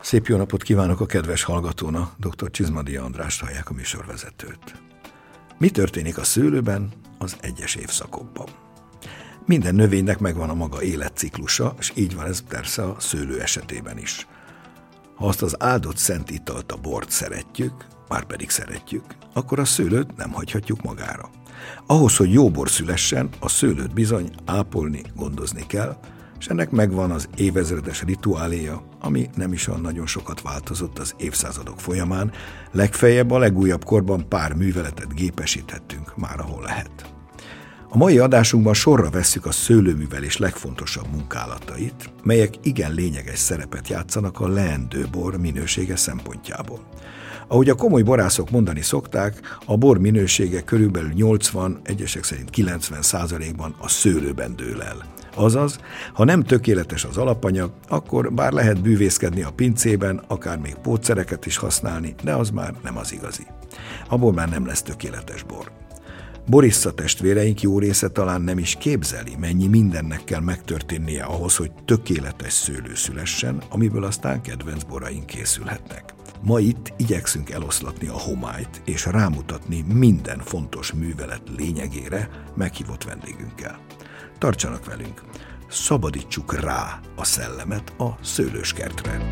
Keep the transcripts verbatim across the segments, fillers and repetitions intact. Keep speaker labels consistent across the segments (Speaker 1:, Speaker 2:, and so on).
Speaker 1: Szép jó napot kívánok a kedves hallgatónak, dr. Csizmadia Andrást hallják, a műsorvezetőt. Mi történik a szőlőben az egyes évszakokban? Minden növénynek megvan a maga életciklusa, és így van ez persze a szőlő esetében is. Ha azt az áldott szent italt, a bort szeretjük, már pedig szeretjük, akkor a szőlőt nem hagyhatjuk magára. Ahhoz, hogy jó bor szülessen, a szőlőt bizony ápolni, gondozni kell, és ennek megvan az évezredes rituáléja, ami nem is olyan nagyon sokat változott az évszázadok folyamán, legfeljebb a legújabb korban pár műveletet gépesítettünk már, ahol lehet. A mai adásunkban sorra vesszük a szőlőművelés legfontosabb munkálatait, melyek igen lényeges szerepet játszanak a leendő bor minősége szempontjából. Ahogy a komoly borászok mondani szokták, a bor minősége körülbelül nyolcvan, egyesek szerint kilencven százalékban a szőlőben dől el. Azaz, ha nem tökéletes az alapanyag, akkor bár lehet bűvészkedni a pincében, akár még pótszereket is használni, de az már nem az igazi. Abból már nem lesz tökéletes bor. Borissza testvéreink jó része talán nem is képzeli, mennyi mindennek kell megtörténnie ahhoz, hogy tökéletes szőlő szülessen, amiből aztán kedvenc boraink készülhetnek. Ma itt igyekszünk eloszlatni a homályt és rámutatni minden fontos művelet lényegére meghívott vendégünkkel. Tartsanak velünk, szabadítsuk rá a szellemet a szőlőskertre.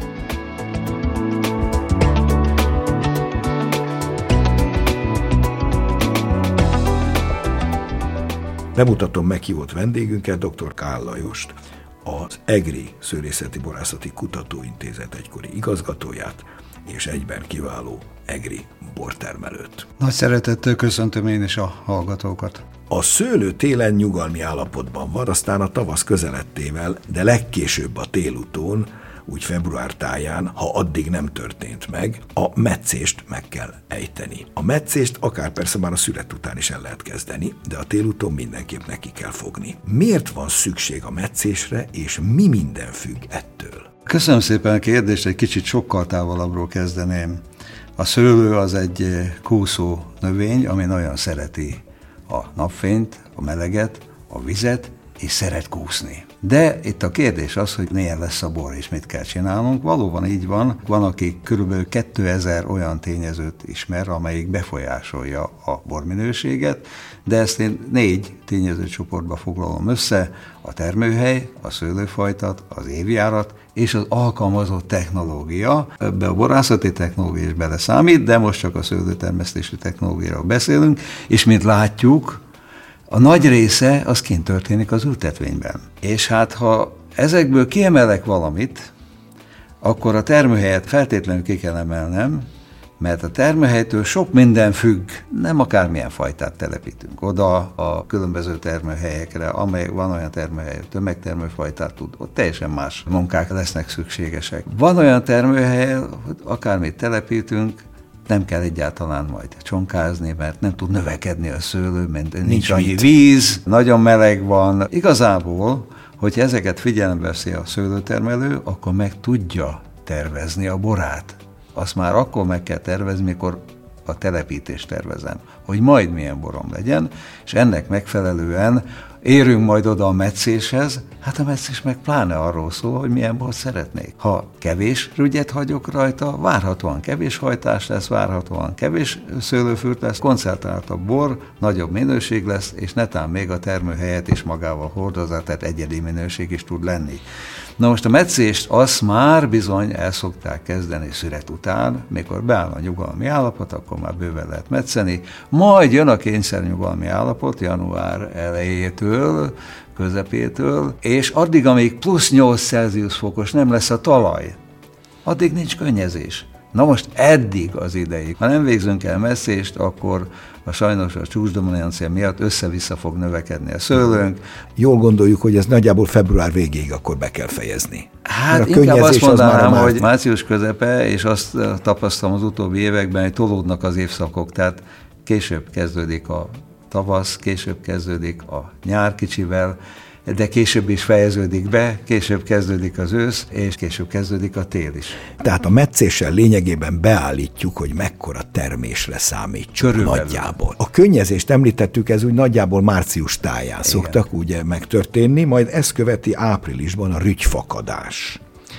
Speaker 1: Bemutatom meghívott vendégünket, dr. Kál Lajost, az EGRI Szőlészeti Borászati Kutatóintézet egykori igazgatóját, és egyben kiváló EGRI bortermelőt.
Speaker 2: Nagy szeretettel köszöntöm én is a hallgatókat.
Speaker 1: A szőlő télen nyugalmi állapotban van, aztán a tavasz közelettével, de legkésőbb a télutón, úgy február táján, ha addig nem történt meg, a metszést meg kell ejteni. A metszést akár persze már a szület után is el lehet kezdeni, de a télúton mindenképp neki kell fogni. Miért van szükség a metszésre, és mi minden függ ettől?
Speaker 2: Köszönöm szépen a kérdést, egy kicsit sokkal távolabbról kezdeném. A szőlő az egy kúszó növény, ami nagyon szereti a napfényt, a meleget, a vizet, és szeret kúszni. De itt a kérdés az, hogy milyen lesz a bor, és mit kell csinálnunk. Valóban így van. Van, aki körülbelül kétezer olyan tényezőt ismer, amelyik befolyásolja a borminőséget, de ezt én négy tényezőcsoportba foglalom össze: a termőhely, a szőlőfajta, az évjárat és az alkalmazott technológia. Ebbe a borászati technológia is beleszámít, de most csak a szőlőtermesztési technológiáról beszélünk, és mint látjuk, a nagy része az kint történik az ültetvényben. És hát ha ezekből kiemelek valamit, akkor a termőhelyet feltétlenül ki kell emelnem, mert a termőhelytől sok minden függ, nem akármilyen fajtát telepítünk oda a különböző termőhelyekre, amely van olyan termőhely, tömegtermőfajtát tud, ott teljesen más munkák lesznek szükségesek. Van olyan termőhely, hogy akármit telepítünk, nem kell egyáltalán majd csonkázni, mert nem tud növekedni a szőlő, mert nincs, nincs annyi mit. Víz, nagyon meleg van. Igazából, hogyha ezeket figyelembe veszi a szőlőtermelő, akkor meg tudja tervezni a borát. Azt már akkor meg kell tervezni, mikor a telepítést tervezem, hogy majd milyen borom legyen, és ennek megfelelően érünk majd oda a metszéshez. Hát a metszés meg pláne arról szól, hogy milyen bort szeretnék. Ha kevés rügyet hagyok rajta, várhatóan kevés hajtás lesz, várhatóan kevés szőlőfürt lesz, koncentráltabb bor, nagyobb minőség lesz, és netán még a termőhelyet is magával hordozza, tehát egyedi minőség is tud lenni. Na most a metszést azt már bizony el szokták kezdeni szület után, mikor beáll a nyugalmi állapot, akkor már bőven lehet metszeni, majd jön a kényszernyugalmi állapot január elejétől, közepétől, és addig, amíg plusz nyolc Celsius fokos nem lesz a talaj, addig nincs könnyezés. Na most eddig az ideig. Ha nem végzünk el messzést, akkor a sajnos a csúcsdominancia miatt össze-vissza fog növekedni a szőlőnk.
Speaker 1: Jól gondoljuk, hogy ez nagyjából február végéig akkor be kell fejezni.
Speaker 2: Hát inkább azt mondanám, az hogy március közepe, és azt tapasztalom az utóbbi években, hogy tolódnak az évszakok, tehát később kezdődik a tavasz, később kezdődik a nyár kicsivel, de később is fejeződik be, később kezdődik az ősz, és később kezdődik a tél is.
Speaker 1: Tehát a metszéssel lényegében beállítjuk, hogy mekkora termésre számítsuk körülbelül. Nagyjából. A könnyezést említettük, ez úgy nagyjából március táján igen. szoktak ugye megtörténni, majd ezt követi áprilisban a rügyfakadás.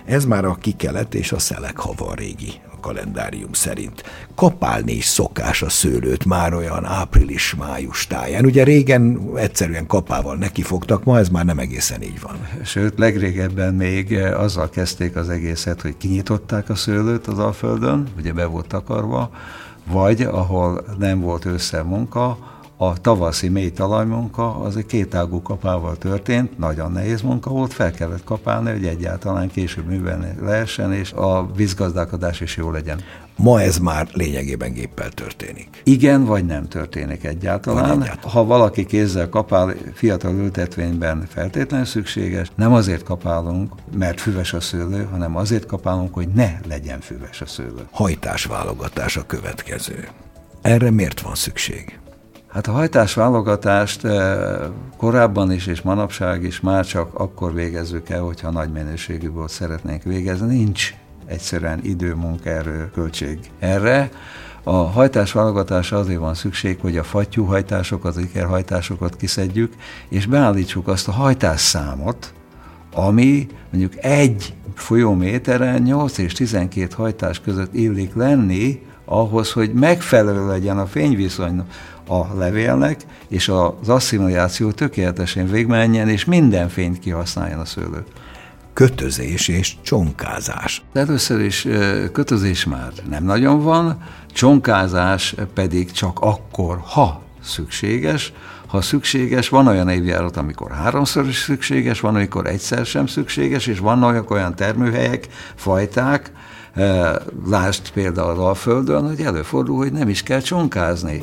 Speaker 1: Ez már a kikelet és a szeleghava régi a kalendárium szerint. Kapálni is szokás a szőlőt már olyan április-május táján. Ugye régen egyszerűen kapával nekifogtak, ma ez már nem egészen így van.
Speaker 2: Sőt, legrégebben még azzal kezdték az egészet, hogy kinyitották a szőlőt az Alföldön, ugye be volt takarva, vagy ahol nem ősszel ősszel munka, a tavaszi mély talajmunka az egy kétágú kapával történt, nagyon nehéz munka volt, fel kellett kapálni, hogy egyáltalán később művelni lehessen, és a vízgazdálkodás is jó legyen.
Speaker 1: Ma ez már lényegében géppel történik.
Speaker 2: Igen, vagy nem történik egyáltalán. Vagy egyáltalán. Ha valaki kézzel kapál, fiatal ültetvényben feltétlenül szükséges, nem azért kapálunk, mert füves a szőlő, hanem azért kapálunk, hogy ne legyen füves a szőlő.
Speaker 1: Hajtásválogatás a következő. Erre miért van szükség?
Speaker 2: Hát a hajtásválogatást korábban is és manapság is már csak akkor végezzük el, hogyha nagy minőségű bort szeretnénk végezni. Nincs egyszerűen idő, munkaerő, költség erre. A hajtásválogatásra azért van szükség, hogy a fattyúhajtásokat, az ikerhajtásokat kiszedjük, és beállítsuk azt a hajtásszámot, ami mondjuk egy folyóméteren nyolc és tizenkét hajtás között illik lenni, ahhoz, hogy megfelelő legyen a fényviszony a levélnek, és az asszimiláció tökéletesen végmenjen, és minden fényt kihasználjon a szőlő.
Speaker 1: Kötözés és csonkázás.
Speaker 2: Először is kötözés már nem nagyon van, csonkázás pedig csak akkor, ha szükséges. Ha szükséges, van olyan évjárat, amikor háromszor is szükséges, van, amikor egyszer sem szükséges, és vannak olyan termőhelyek, fajták, lásd például az Alföldön, hogy előfordul, hogy nem is kell csonkázni.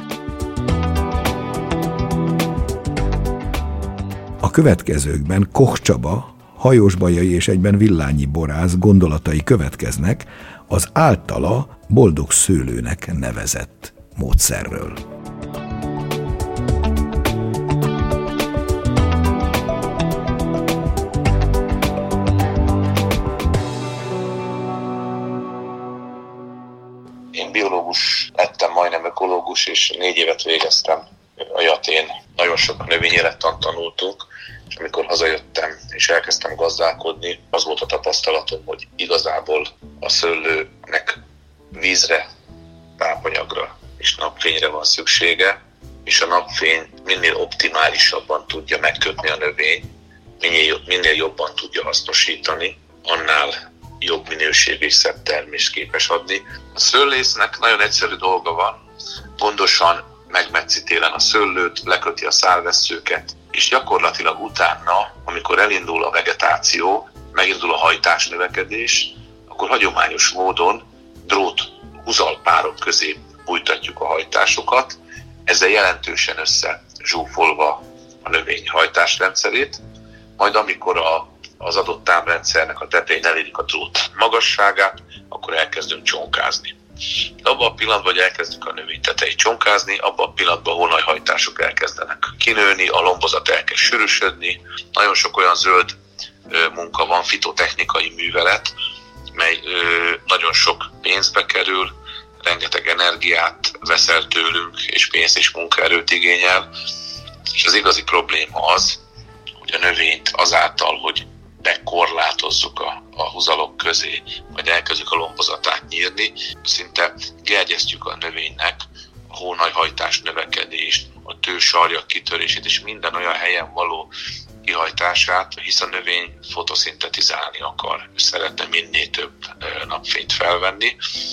Speaker 1: A következőkben Koch Csaba, Hajós-Bajai és egyben Villányi Borász gondolatai következnek az általa boldog szőlőnek nevezett módszerről.
Speaker 3: Én biológus lettem, majdnem ökológus, és négy évet végeztem a Jatén. Nagyon sok növényélettant tanultunk, és amikor hazajöttem és elkezdtem gazdálkodni, az volt a tapasztalatom, hogy igazából a szőlőnek vízre, tápanyagra és napfényre van szüksége, és a napfény minél optimálisabban tudja megkötni a növény, minél, minél jobban tudja hasznosítani, annál jobb minőségű és szebb termést képes adni. A szőlésznek nagyon egyszerű dolga van, gondosan megmetszi télen a szőlőt, leköti a szálvesszőket, és gyakorlatilag utána, amikor elindul a vegetáció, megindul a hajtásnövekedés, akkor hagyományos módon drót húzalpárok közé bújtatjuk a hajtásokat, ezzel jelentősen összezsúfolva a növény hajtásrendszerét, majd amikor a, az adott támrendszernek a tetején elérik a drót magasságát, akkor elkezdünk csonkázni. De abban a pillanatban, hogy elkezdjük a növény tetejét csonkázni, abban a pillanatban a hónajhajtások elkezdenek kinőni, a lombozat elkezd sűrűsödni. Nagyon sok olyan zöld ö, munka van, fitotechnikai művelet, mely ö, nagyon sok pénzbe kerül, rengeteg energiát veszel tőlünk, és pénzt és munkaerőt igényel. És az igazi probléma az, hogy a növényt azáltal, hogy bekorlátozzuk a, a húzalok közé, majd elkezdjük a lombozatát nyírni, szinte gerjesztjük a növénynek a hónajhajtás növekedést, a tősarjak kitörését és minden olyan helyen való kihajtását, hisz a növény fotoszintetizálni akar, ő szeretne minél több napfényt felvenni.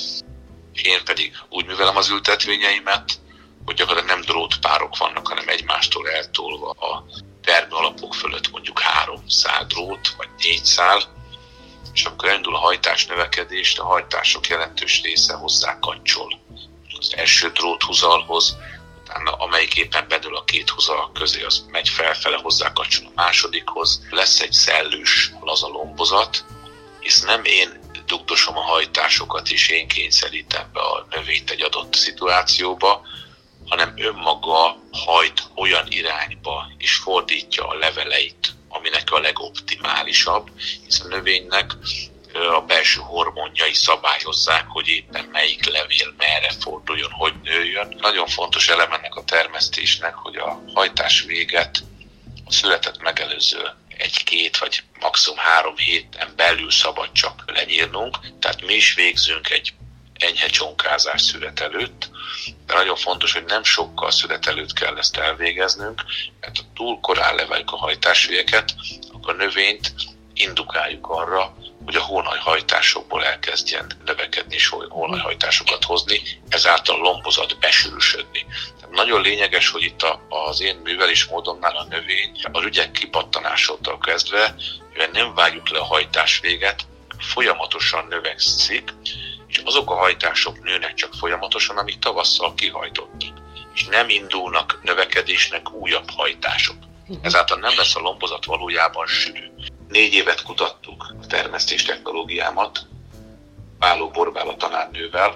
Speaker 3: Én pedig úgy művelem az ültetvényeimet, hogy gyakorlatilag nem drótpárok vannak, hanem egymástól eltolva a termőalapok fölött mondjuk három szál drót, vagy négy szál, és amikor elindul a hajtás növekedést, a hajtások jelentős része hozzá kancsol. Az első dróthúzalhoz, utána amelyik éppen bedől a két húzal közé, az megy felfele, hozzá kancsol a másodikhoz. Lesz egy szellős laza lombozat, és nem én dugdosom a hajtásokat, és én kényszerítem be a növényt egy adott szituációba, hanem önmaga hajt olyan irányba, és fordítja a leveleit, aminek a legoptimálisabb, hisz a növénynek a belső hormonjai szabályozzák, hogy éppen melyik levél merre forduljon, hogy nőjön. Nagyon fontos elem ennek a termesztésnek, hogy a hajtás véget a születet megelőző egy-két vagy maximum három héten belül szabad csak lenyírnunk, tehát mi is végzünk egy enyhe csonkázás szület előtt, de nagyon fontos, hogy nem sokkal szület előtt kell ezt elvégeznünk, mert ha túl korán levágjuk a hajtásügyeket, akkor a növényt indukáljuk arra, hogy a hónajhajtásokból elkezdjen növekedni és hónajhajtásokat hozni, ezáltal a lombozat besűrűsödni. Tehát nagyon lényeges, hogy itt az én művelésmódomnál a növény az ügyek kipattanásától kezdve, mivel nem vágjuk le a hajtás véget, folyamatosan növekszik, és azok a hajtások nőnek csak folyamatosan, amik tavasszal kihajtottak, és nem indulnak növekedésnek újabb hajtások. Ezáltal nem lesz a lombozat valójában sűrű. Négy évet kutattuk a termesztés technológiámat, Báló Borbála tanárnővel,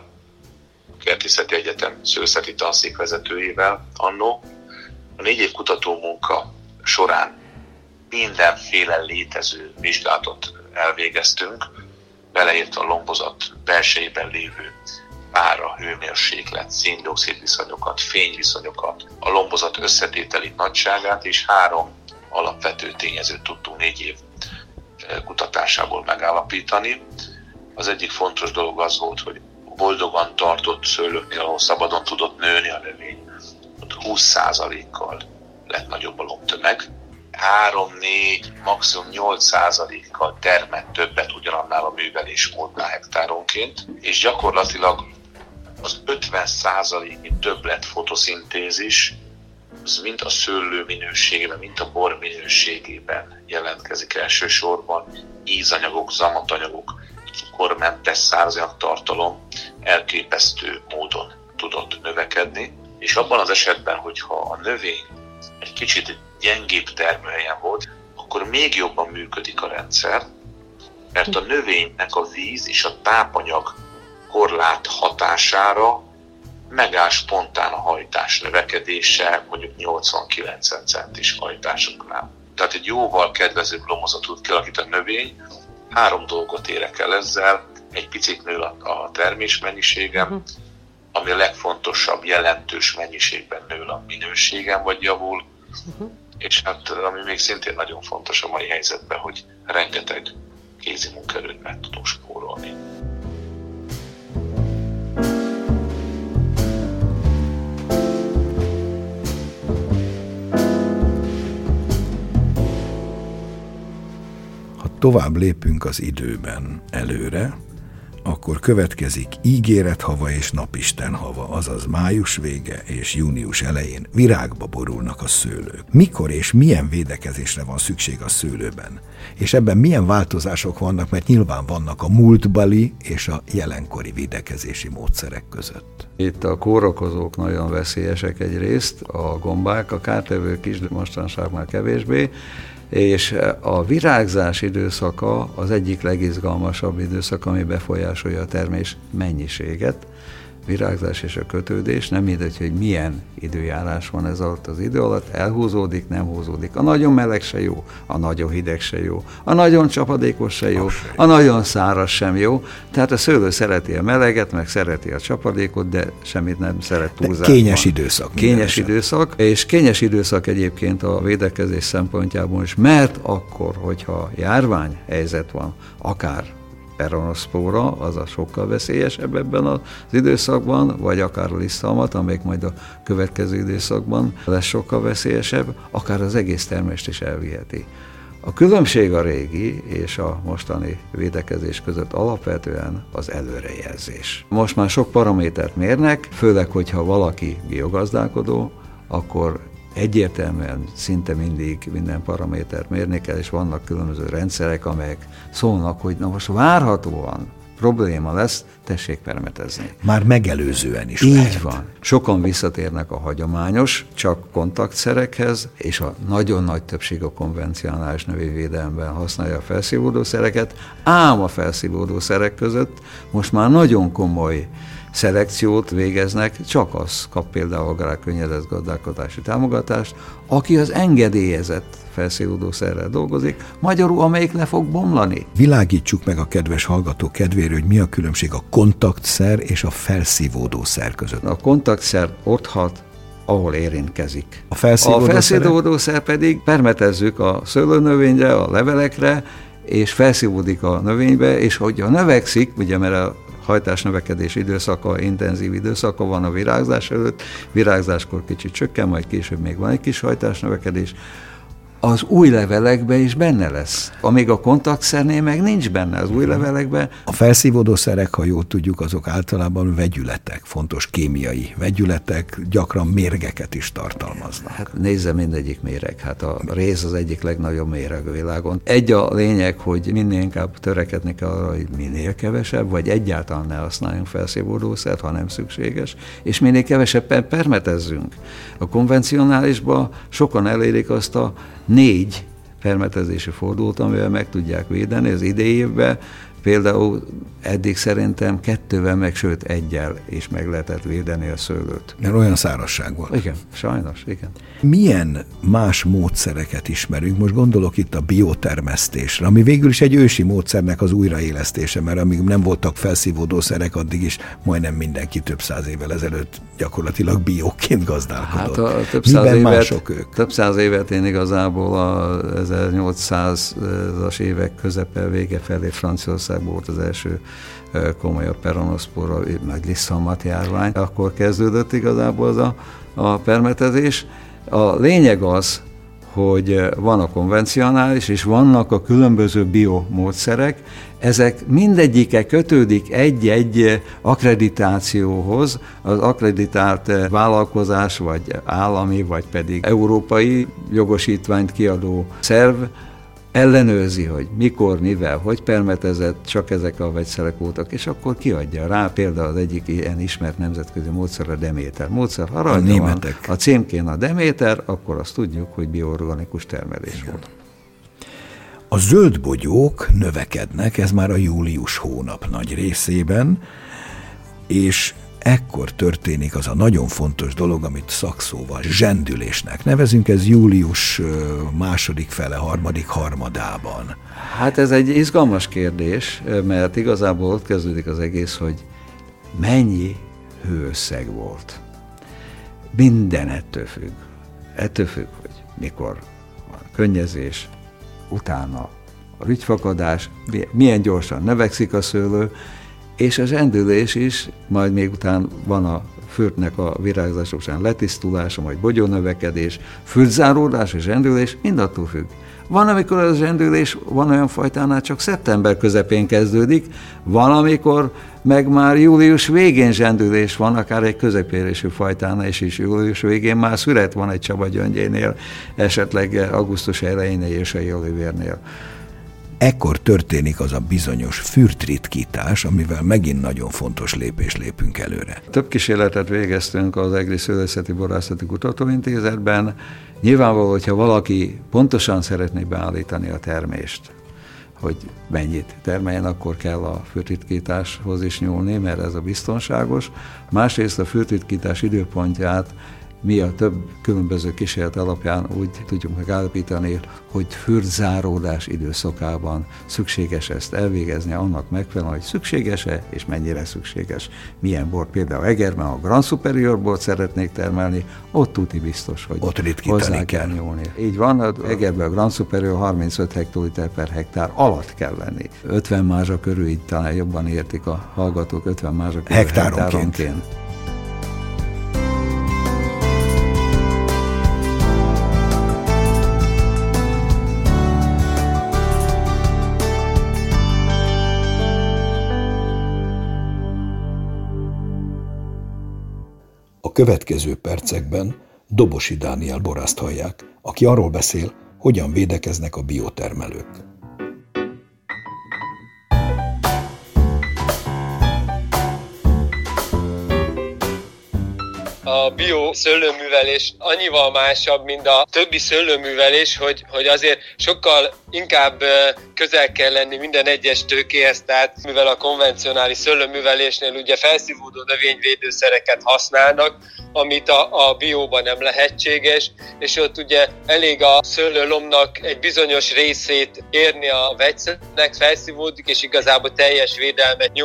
Speaker 3: a Kertészeti Egyetem szőlészeti tanszék vezetőjével annó. A négy év kutató munka során mindenféle létező vizsgálatot elvégeztünk, beleértve a lombozat belsejében lévő pára, hőmérséklet, szén-dioxid viszonyokat, fényviszonyokat, a lombozat összetételi nagyságát, és három alapvető tényezőt tudtunk négy év kutatásából megállapítani. Az egyik fontos dolog az volt, hogy boldogan tartott szőlőknél, ahol szabadon tudott nőni a növény, ott húsz százalékkal lett nagyobb a lombtömeg, három-négy, maximum nyolc százalékkal termett többet ugyanannál a művelésmódnál hektáronként, és gyakorlatilag az ötven százaléknyi többlet fotoszintézis, az mind a szőlő minőségében, mind a bor minőségében jelentkezik elsősorban. Ízanyagok, zamatanyagok, cukormentes szárazanyag tartalom elképesztő módon tudott növekedni, és abban az esetben, hogyha a növény egy kicsit gyengébb termőhelyen volt, akkor még jobban működik a rendszer, mert a növénynek a víz és a tápanyag korlát hatására megáll spontán a hajtás növekedése, mondjuk nyolcvan-kilencven centis hajtásoknál. Tehát egy jóval kedvezőbb lomozatot tud kialakítani a növény. Három dolgot érek el ezzel. Egy picit nő a termésmennyiségem, ami a legfontosabb, jelentős mennyiségben nő a minőségem, vagy javul. És hát ami még szintén nagyon fontos a mai helyzetben, hogy rengeteg kézi munkaerőt meg tudunk spórolni.
Speaker 1: Tovább lépünk az időben előre, akkor következik ígérethava és napistenhava, azaz május vége és június elején virágba borulnak a szőlők. Mikor és milyen védekezésre van szükség a szőlőben? És ebben milyen változások vannak, mert nyilván vannak a múltbeli és a jelenkori védekezési módszerek között.
Speaker 2: Itt a kórokozók nagyon veszélyesek egyrészt, a gombák, a kártevők is, mostanság már kevésbé, és a virágzás időszaka az egyik legizgalmasabb időszak, ami befolyásolja a termés mennyiséget. Virágzás és a kötődés, nem mindegy, hogy milyen időjárás van ez alatt az idő alatt, elhúzódik, nem húzódik. A nagyon meleg se jó, a nagyon hideg se jó, a nagyon csapadékos se jó, a nagyon száraz sem jó. Tehát a szőlő szereti a meleget, meg szereti a csapadékot, de semmit nem szeret túlzásban.
Speaker 1: Kényes időszak.
Speaker 2: Kényes időszak, és kényes időszak egyébként a védekezés szempontjából is, mert akkor, hogyha járványhelyzet van, akár peronoszpóra, az a sokkal veszélyesebb ebben az időszakban, vagy akár a lisztalmat, amelyik majd a következő időszakban lesz sokkal veszélyesebb, akár az egész termést is elviheti. A különbség a régi és a mostani védekezés között alapvetően az előrejelzés. Most már sok paramétert mérnek, főleg, hogyha valaki biogazdálkodó, akkor egyértelműen szinte mindig minden paramétert mérni kell, és vannak különböző rendszerek, amelyek szólnak, hogy na most várhatóan probléma lesz, tessék permetezni.
Speaker 1: Már megelőzően is
Speaker 2: Így
Speaker 1: lehet.
Speaker 2: van. Sokan visszatérnek a hagyományos, csak kontaktszerekhez, és a nagyon nagy többség a konvencionális növényvédelemben használja a felszívódószereket, ám a felszívódószerek között most már nagyon komoly szelekciót végeznek, csak az kap például agrárkönnyedezett gazdálkodási támogatást, aki az engedélyezett felszívódószerrel dolgozik, magyarul amelyik le fog bomlani.
Speaker 1: Világítsuk meg a kedves hallgató kedvére, hogy mi a különbség a kontaktszer és a felszívódószer között.
Speaker 2: A kontaktszer ott hat ahol érintkezik.
Speaker 1: A felszívódószer?
Speaker 2: A felszívódószer pedig permetezzük a szőlőnövényre, a levelekre, és felszívódik a növénybe, és hogyha növekszik, ugye mert a hajtásnövekedés időszaka, intenzív időszaka van a virágzás előtt, virágzáskor kicsit csökken, majd később még van egy kis hajtásnövekedés, az új levelekben is benne lesz. Amíg a kontaktszernél meg nincs benne az új levelekben.
Speaker 1: A felszívódószerek, ha jól tudjuk, azok általában vegyületek, fontos kémiai vegyületek, gyakran mérgeket is tartalmaznak.
Speaker 2: Hát nézze, mindegyik méreg. Hát a réz az egyik legnagyobb méreg a világon. Egy a lényeg, hogy minél inkább törekedni kell arra, hogy minél kevesebb, vagy egyáltalán ne használjunk felszívódószert, ha nem szükséges, és minél kevesebb permetezzünk. A konvencionálisban sokan elérik azt a négy permetezési fordulót, amivel meg tudják védeni az idei évben. Például eddig szerintem kettővel, meg sőt egyel is meg lehetett védeni a szőlőt.
Speaker 1: Mert olyan szárazság volt.
Speaker 2: Igen, sajnos, igen.
Speaker 1: Milyen más módszereket ismerünk? Most gondolok itt a biotermesztésre, ami végül is egy ősi módszernek az újraélesztése, mert amíg nem voltak felszívódószerek, addig is majdnem mindenki több száz évvel ezelőtt gyakorlatilag bióként gazdálkodott.
Speaker 2: Hát a több száz
Speaker 1: Miben
Speaker 2: évet,
Speaker 1: mások ők?
Speaker 2: Több száz évet én igazából a ezernyolcszázas évek közepe vége felé Franciaországban volt az első komolyabb peronoszpora, meg lisszalmat járvány. Akkor kezdődött igazából az a, a permetezés. A lényeg az, hogy van a konvencionális, és vannak a különböző biomódszerek, ezek mindegyike kötődik egy-egy akkreditációhoz, az akkreditált vállalkozás, vagy állami, vagy pedig európai jogosítványt kiadó szerv ellenőrzi, hogy mikor, mivel, hogy permetezett, csak ezek a vegyszerek voltak, és akkor kiadja rá. Például az egyik ilyen ismert nemzetközi módszer a Deméter módszer. Ha
Speaker 1: a németek.
Speaker 2: A címkén a Deméter, akkor azt tudjuk, hogy bioorganikus termelés igen. volt.
Speaker 1: A zöldbogyók növekednek, ez már a július hónap nagy részében, és ekkor történik az a nagyon fontos dolog, amit szakszóval zsendülésnek nevezünk, ez július második fele, harmadik harmadában.
Speaker 2: Hát ez egy izgalmas kérdés, mert igazából ott kezdődik az egész, hogy mennyi hőösszeg volt. Minden ettől függ. Ettől függ, hogy mikor van könnyezés, utána a rügyfakadás, milyen gyorsan növekszik a szőlő, és a zsendülés is, majd még után van a fürtnek a virágzás után letisztulása, majd bogyónövekedés, fürtzáródás és zsendülés, mind attól függ. Van, amikor a zsendülés van olyan fajtánál csak szeptember közepén kezdődik, van, amikor meg már július végén zsendülés van, akár egy középérésű fajtánál is, és július végén már szüret van egy csabagyöngyénél, esetleg augusztus elejénél és a jólivérnél.
Speaker 1: Ekkor történik az a bizonyos fürtritkítás, amivel megint nagyon fontos lépés lépünk előre.
Speaker 2: Több kísérletet végeztünk az Egri Szőlészeti Borászati Kutatóintézetben. Nyilvánvaló, hogyha valaki pontosan szeretné beállítani a termést, hogy mennyit termeljen, akkor kell a fürtritkításhoz is nyúlni, mert ez a biztonságos. Másrészt a fürtritkítás időpontját mi a több különböző kísérlet alapján úgy tudjuk megállapítani, hogy fürtzáródás időszakában szükséges ezt elvégezni, annak megfelelően, hogy szükséges-e, és mennyire szükséges. Milyen bort, például Egerben a Grand Superior bort szeretnék termelni, ott tuti biztos, hogy
Speaker 1: ott ritkítani
Speaker 2: hozzá
Speaker 1: kell.
Speaker 2: kell nyúlni. Így van, Egerben a Grand Superior harmincöt hektoliter per hektár alatt kell lenni. ötven mázsa körül, így talán jobban értik a hallgatók, ötven mázsa körül hektáronként. hektáronként.
Speaker 1: A következő percekben Dobosi Dániel borászt hallják, aki arról beszél, hogyan védekeznek a biotermelők.
Speaker 4: A bio szőlőművelés annyival másabb, mint a többi szőlőművelés, hogy, hogy azért sokkal inkább közel kell lenni minden egyes tőkéhez, tehát mivel a konvencionális szőlőművelésnél ugye felszívódó növényvédőszereket használnak, amit a, a bióban nem lehetséges, és ott ugye elég a szőlőlomnak egy bizonyos részét érni a vegyszernek, felszívódik, és igazából teljes védelmet nyújt.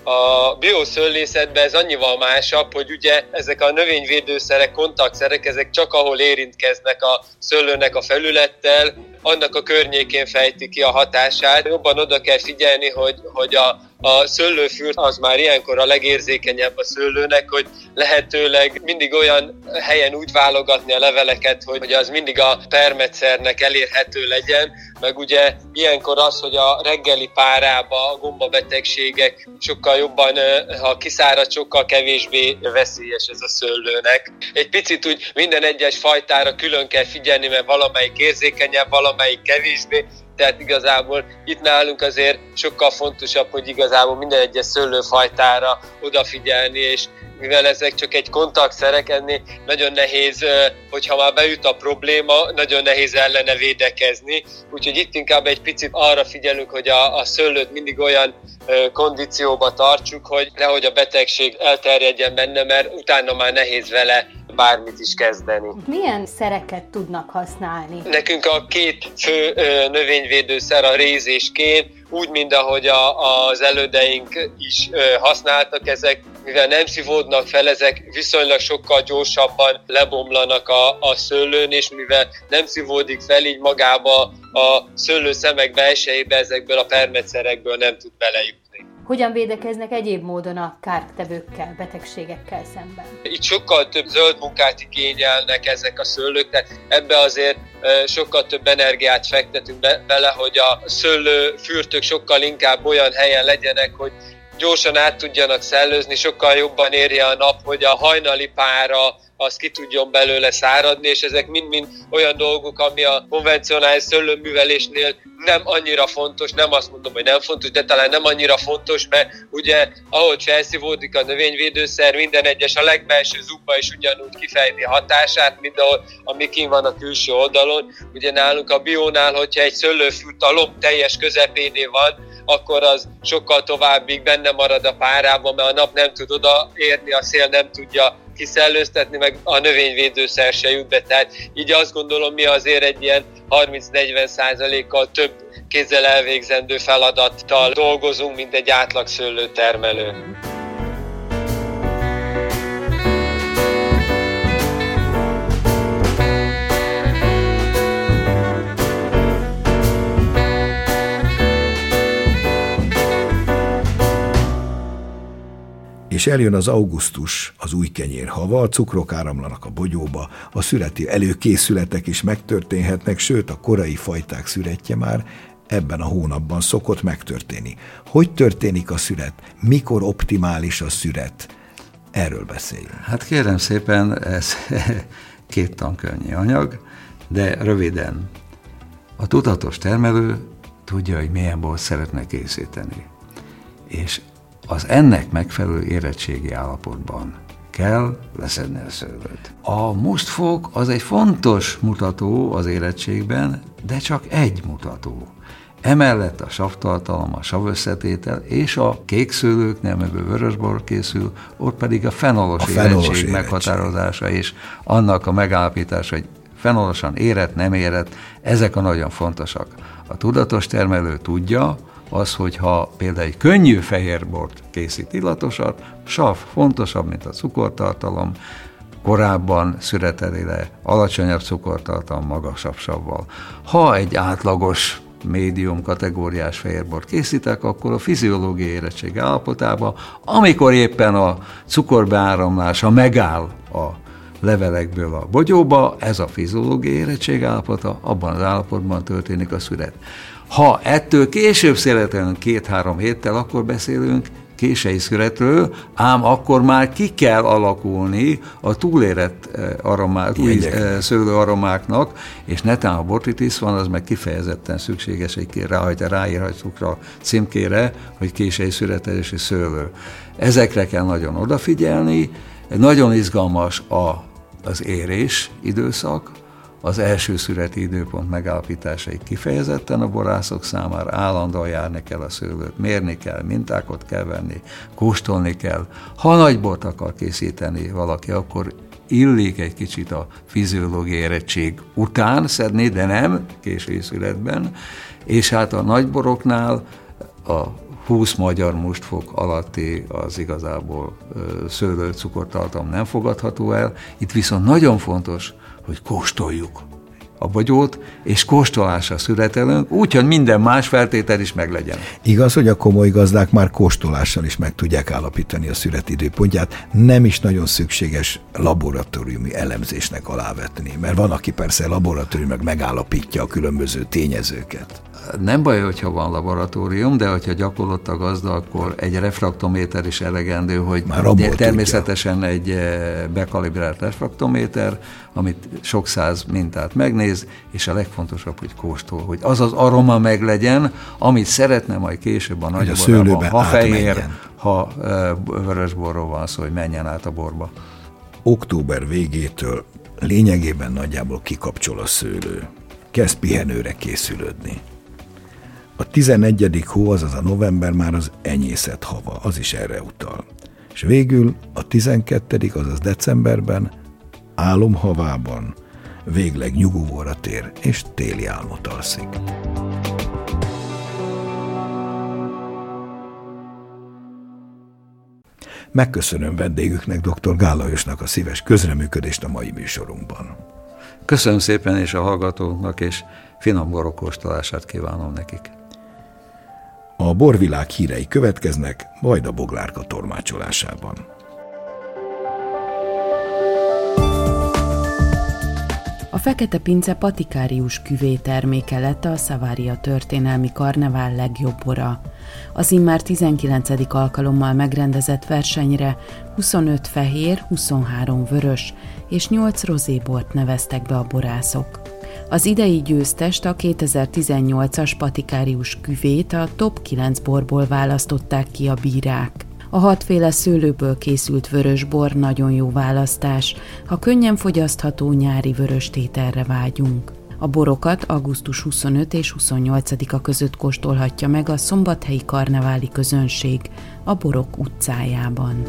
Speaker 4: A bioszőlészetben ez annyival másabb, hogy ugye ezek a növényvédőszerek, kontaktszerek, ezek csak ahol érintkeznek a szőlőnek a felülettel, annak a környékén fejti ki a hatását. Jobban oda kell figyelni, hogy, hogy a, a szőlőfürt az már ilyenkor a legérzékenyebb a szőlőnek, hogy lehetőleg mindig olyan helyen úgy válogatni a leveleket, hogy az mindig a permetszernek elérhető legyen, meg ugye ilyenkor az, hogy a reggeli párába a gombabetegségek sokkal jobban, ha kiszárad, sokkal kevésbé veszélyes ez a szőlőnek. Egy picit úgy minden egyes fajtára külön kell figyelni, mert valamelyik érzékenyebb, valamelyik kevésbé, tehát igazából itt nálunk azért sokkal fontosabb, hogy igazából minden egyes szőlőfajtára odafigyelni, és mivel ezek csak egy kontaktszerek, ennél nagyon nehéz, hogyha már beüt a probléma, nagyon nehéz ellene védekezni. Úgyhogy itt inkább egy picit arra figyelünk, hogy a, a szőlőt mindig olyan kondícióba tartsuk, hogy nehogy a betegség elterjedjen benne, mert utána már nehéz vele bármit is kezdeni.
Speaker 5: Milyen szereket tudnak használni?
Speaker 4: Nekünk a két fő növényvédőszer, a réz és kén, úgy, mint ahogy a, az elődeink is használtak, ezek, mivel nem szívódnak fel, ezek viszonylag sokkal gyorsabban lebomlanak a, a szőlőn, és mivel nem szívódik fel, így magába a szőlőszemek belsejébe ezekből a permetszerekből nem tud belejutni.
Speaker 5: Hogyan védekeznek egyéb módon a kártevőkkel, betegségekkel szemben?
Speaker 4: Itt sokkal több zöld munkát igényelnek ezek a szőlők, tehát ebbe azért sokkal több energiát fektetünk be, bele, hogy a szőlőfürtök sokkal inkább olyan helyen legyenek, hogy gyorsan át tudjanak szellőzni, sokkal jobban érje a nap, hogy a hajnali pára az ki tudjon belőle száradni, és ezek mind-mind olyan dolgok, ami a konvencionális szőlőművelésnél nem annyira fontos, nem azt mondom, hogy nem fontos, de talán nem annyira fontos, mert ugye ahogy felszívódik a növényvédőszer, minden egyes a legbelső zugba is ugyanúgy kifejti hatását, mint ahol, ami kint van a külső oldalon. Ugye nálunk a biónál, hogyha egy szőlőfürt a lomb teljes közepénél van, akkor az sokkal továbbig benne marad a párában, mert a nap nem tud odaérni, a szél nem tudja kiszellőztetni, meg a növényvédőszer se jut be. Tehát így azt gondolom, mi azért egy ilyen harminc-negyven százalékkal több kézzel elvégzendő feladattal dolgozunk, mint egy átlag szőlőtermelő.
Speaker 1: És eljön az augusztus, az új kenyér hava, a cukrok áramlanak a bogyóba, a szüreti előkészületek is megtörténhetnek, sőt a korai fajták szüretje már ebben a hónapban szokott megtörténni. Hogy történik a szüret? Mikor optimális a szüret? Erről beszéljünk.
Speaker 2: Hát kérem szépen, ez két tankönyvi anyag, de röviden. A tudatos termelő tudja, hogy milyen bort szeretne készíteni. És az ennek megfelelő érettségi állapotban kell leszedni a szőlőt. A mustfok az egy fontos mutató az érettségben, de csak egy mutató. Emellett a savtartalom, a savösszetétel és a kék szőlőknél, amiből vörösbor készül, ott pedig a fenolos, a fenolos érettség, érettség meghatározása és annak a megállapítása, hogy fenolosan érett, nem érett, ezek a nagyon fontosak. A tudatos termelő tudja, az, hogyha például egy könnyű fehérbort készít illatosat, sav fontosabb, mint a cukortartalom, korábban szüreteli le, alacsonyabb cukortartalom, magasabb savval. Ha egy átlagos, médium kategóriás fehérbort készítek, akkor a fiziológiai érettség állapotában, amikor éppen a cukorbeáramlása megáll a levelekből a bogyóba, ez a fiziológiai érettség állapota, abban az állapotban történik a szüret. Ha ettől később születelünk két-három héttel, akkor beszélünk kései szüretről, ám akkor már ki kell alakulni a túlérett aromák, új szőlőaromáknak, és netán ha botrytis van, az meg kifejezetten szükséges, egy ráhagyja, ráírhatjuk a címkére, hogy kései születelési szőlő. Ezekre kell nagyon odafigyelni, nagyon izgalmas a, az érés időszak, az első szüreti időpont megállapításai kifejezetten a borászok számára, állandóan járni kell a szőlőt, mérni kell, mintákat kell venni, kóstolni kell. Ha nagy bort akar készíteni valaki, akkor illik egy kicsit a fiziológiai érettség után szedni, de nem késői születben, és hát a nagyboroknál a húsz magyar mustfok alatti az igazából szőlőcukortartalom nem fogadható el. Itt viszont nagyon fontos, hogy kóstoljuk a bogyót, és kóstolásra születelünk, úgyhogy minden más feltétel is meglegyen.
Speaker 1: Igaz, hogy a komoly gazdák már kóstolással is meg tudják állapítani a születidőpontját, nem is nagyon szükséges laboratóriumi elemzésnek alávetni, mert van, aki persze laboratóriumnak megállapítja a különböző tényezőket.
Speaker 2: Nem baj, hogyha van laboratórium, de hogyha gyakorlott a gazda, akkor egy refraktométer is elegendő, hogy természetesen tudja. Egy bekalibrált refraktométer, amit sok száz mintát megnéz, és a legfontosabb, hogy kóstol, hogy az az aroma meglegyen, amit szeretne majd később a nagyoborában, ha fehér, ha vörösborról van szó, hogy menjen át a borba.
Speaker 1: Október végétől lényegében nagyjából kikapcsol a szőlő. Kezd pihenőre készülődni. A tizennegyedik hó, azaz a november már az enyészet hava, az is erre utal. És végül a tizenkettedik, azaz decemberben, álomhavában végleg nyugovóra tér, és téli álmot alszik. Megköszönöm vendégüknek, dr. Gáll Lajosnak a szíves közreműködést a mai műsorunkban.
Speaker 2: Köszönöm szépen és a hallgatóknak, és finom borok kóstolását kívánom nekik.
Speaker 1: A borvilág hírei következnek, majd a Boglárka tolmácsolásában.
Speaker 6: A Fekete Pince patikárius küvé terméke lett a Savaria történelmi karnevál legjobb bora. Az immár tizenkilencedik alkalommal megrendezett versenyre huszonöt fehér, huszonhárom vörös és nyolc rozébort neveztek be a borászok. Az idei győztest, a kétezer-tizennyolcas patikárius küvét a top kilenc borból választották ki a bírák. A hatféle szőlőből készült vörösbor nagyon jó választás, ha könnyen fogyasztható nyári vörös tételre vágyunk. A borokat augusztus huszonötödike és huszonnyolcadika között kóstolhatja meg a szombathelyi karneváli közönség a Borok utcájában.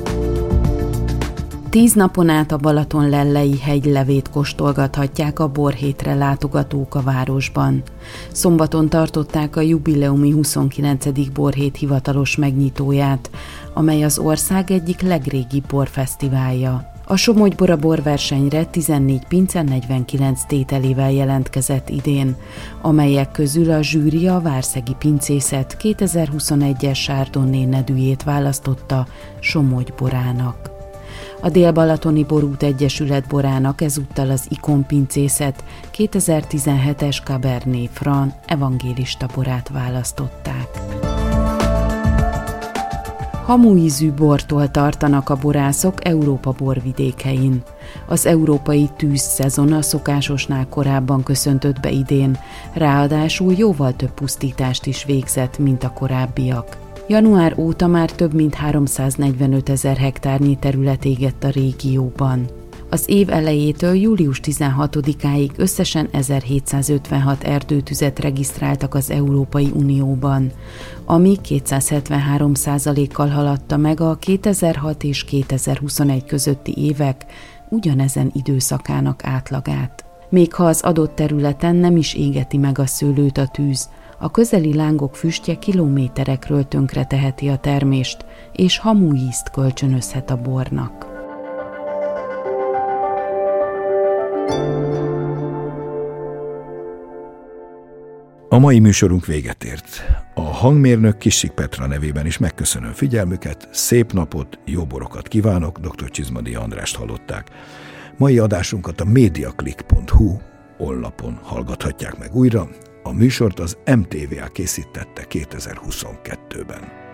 Speaker 6: Tíz napon át a Balaton-Lellei hegylevét kóstolgathatják a borhétre látogatók a városban. Szombaton tartották a jubileumi huszonkilencedik borhét hivatalos megnyitóját, amely az ország egyik legrégibb borfesztiválja. A Somogy Bora borversenyre tizennégy pince negyvenkilenc tételével jelentkezett idén, amelyek közül a zsűri a Várszegi Pincészet kétezer-huszonegyes Chardonnay nedűjét választotta Somogy borának. A Dél-Balatoni Borút Egyesület borának ezúttal az Ikon Pincészet kétezer-tizenhetes Cabernet Franc evangélista borát választották. Hamuízű bortól tartanak a borászok Európa borvidékein. Az európai tűzszezon a szokásosnál korábban köszöntött be idén, ráadásul jóval több pusztítást is végzett, mint a korábbiak. Január óta már több mint háromszáznegyvenöt ezer hektárnyi terület égett a régióban. Az év elejétől július tizenhatodikáig összesen ezerhétszázötvenhat erdőtüzet regisztráltak az Európai Unióban, ami kétszázhetvenhárom százalékkal haladta meg a kétezer-hat és kétezer-huszonegy közötti évek ugyanezen időszakának átlagát. Még ha az adott területen nem is égeti meg a szőlőt a tűz, a közeli lángok füstje kilométerekről tönkreteheti a termést, és hamuízt kölcsönözhet a bornak.
Speaker 1: A mai műsorunk véget ért. A hangmérnök Kissik Petra nevében is megköszönöm figyelmüket, szép napot, jó borokat kívánok, dr. Csizmadia Andrást hallották. Mai adásunkat a mediaclick pont hu honlapon hallgathatják meg újra. A műsort az em té vé á készítette kétezer-huszonkettőben.